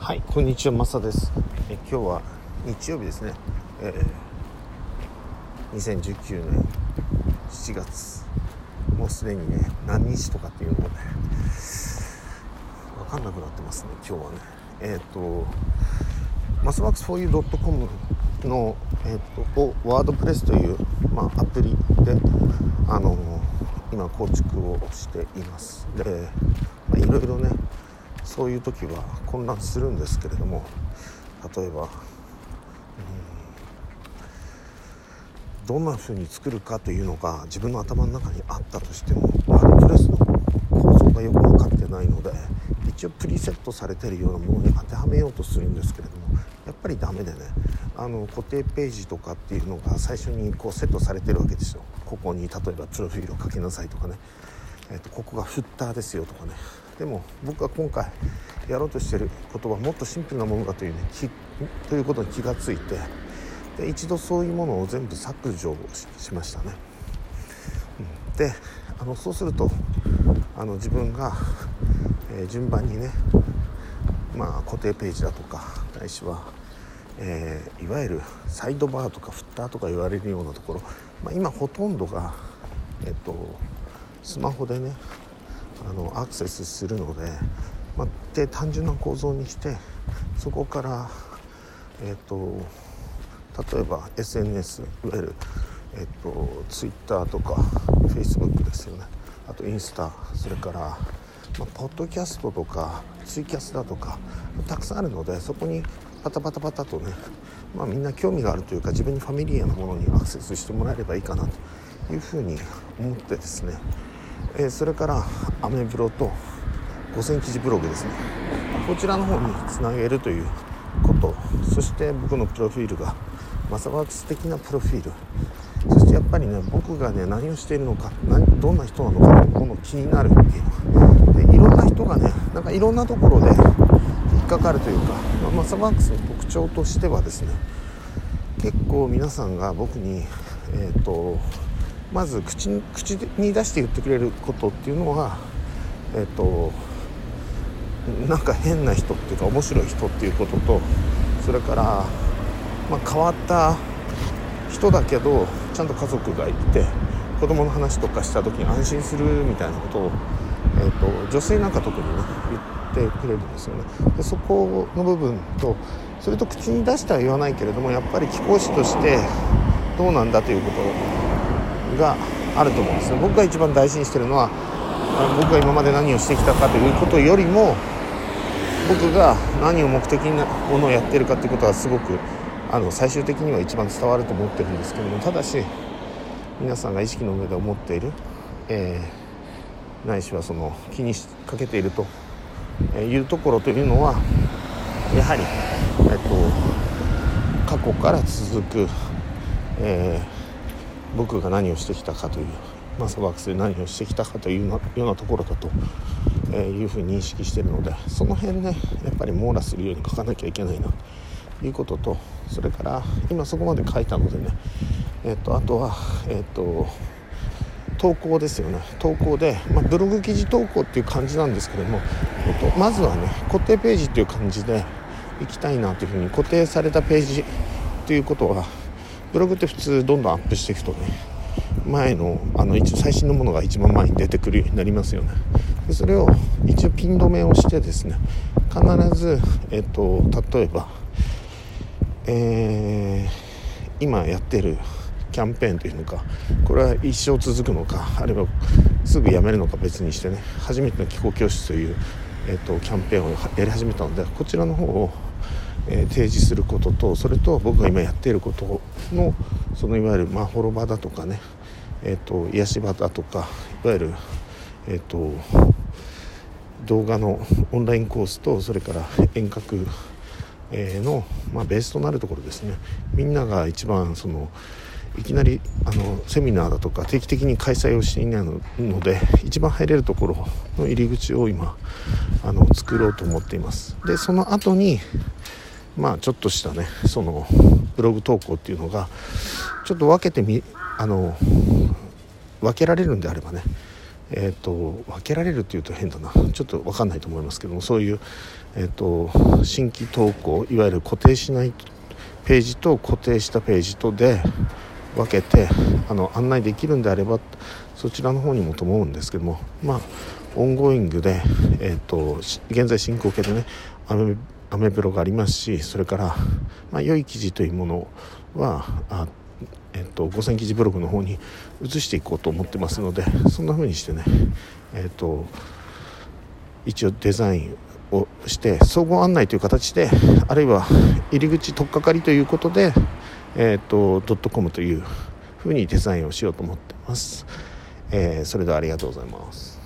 はい、こんにちは、マサです。今日は日曜日ですね。2019年7月、もうすでにね、何日とかっていうのもね、分かんなくなってますね、今日はね。マスワークス 4u.com の、ワードプレスという、アプリで、今構築をしています。で、いろいろね、そういう時は混乱するんですけれども、例えば、どんな風に作るかというのが自分の頭の中にあったとしても、ワードプレスの構造がよく分かってないので、一応プリセットされているようなものに当てはめようとするんですけれども、やっぱりダメでね、固定ページとかっていうのが最初にこうセットされてるわけですよ。ここに例えばプロフィールを書きなさいとかね、ここがフッターですよとかね。でも僕が今回やろうとしていることはもっとシンプルなものだということに気がついて、で一度そういうものを全部削除しましたね。でそうすると自分が、順番にね、固定ページだとかないしは、いわゆるサイドバーとかフッターとか言われるようなところ、今ほとんどが、スマホでねアクセスするので、で単純な構造にして、そこから、例えば SNS、 いわゆる、Twitter とか Facebook ですよね。あとインスタ、それから、ポッドキャストとかツイキャスだとかたくさんあるので、そこにパタパタとね、みんな興味があるというか、自分にファミリアなものにアクセスしてもらえればいいかなというふうに思ってですね、それからアメブロと5000記事ブログですね、こちらの方につなげるということ、そして僕のプロフィールがマサワークス的なプロフィール、そしてやっぱりね、僕がね何をしているのか、どんな人なのかというもの気になるっていうで、いろんな人がね、いろんなところで引っかかるというか、マサワークスの特徴としてはですね、結構皆さんが僕にまず口に出して言ってくれることっていうのは、なんか変な人っていうか面白い人っていうことと、それから、変わった人だけどちゃんと家族がいて子供の話とかした時に安心するみたいなことを、女性なんか特にね言ってくれるんですよね。でそこの部分と、それと口に出しては言わないけれども、やっぱり貴公子としてどうなんだということがあると思うんですね。僕が一番大事にしているのは、僕が今まで何をしてきたかということよりも、僕が何を目的なものをやっているかということはすごく最終的には一番伝わると思ってるんですけども、ただし皆さんが意識の上で思っている、ないしはその気にかけているというところというのは、やはり、過去から続く、僕が何をしてきたかという、マサワークスで何をしてきたかというようなところだと、いうふうに認識しているので、その辺ねやっぱり網羅するように書かなきゃいけないなということと、それから今そこまで書いたのでね、あとは、投稿ですよね。投稿で、ブログ記事投稿っていう感じなんですけれども、まずはね固定ページっていう感じでいきたいなというふうに、固定されたページということは、ブログって普通どんどんアップしていくとね、前の最新のものが一番前に出てくるようになりますよね。でそれを一応ピン止めをしてですね、必ず、例えば、今やってるキャンペーンというのか、これは一生続くのか、あるいはすぐやめるのか別にしてね、初めての気候教室という、キャンペーンをやり始めたので、こちらの方を、提示することと、それと僕が今やっていることのそのいわゆるフォロバーだとかね、癒し場だとか、いわゆる、動画のオンラインコースと、それから遠隔の、ベースとなるところですね。みんなが一番いきなりセミナーだとか定期的に開催をしていないので、一番入れるところの入り口を今作ろうと思っています。でその後にちょっとしたね、そのブログ投稿っていうのがちょっと分けられるんであればね、 分けられるっていうと変だな、ちょっと分かんないと思いますけども、そういう、新規投稿、いわゆる固定しないページと固定したページとで分けて案内できるんであればそちらの方にもと思うんですけども、オンゴーイングで、現在進行形でねアメブロがありますし、それから、良い記事というものは5000記事ブログの方に移していこうと思ってますので、そんな風にしてね、一応デザインをして総合案内という形で、あるいは入り口取っかかりということで、ドットコムという風にデザインをしようと思ってます。それではありがとうございます。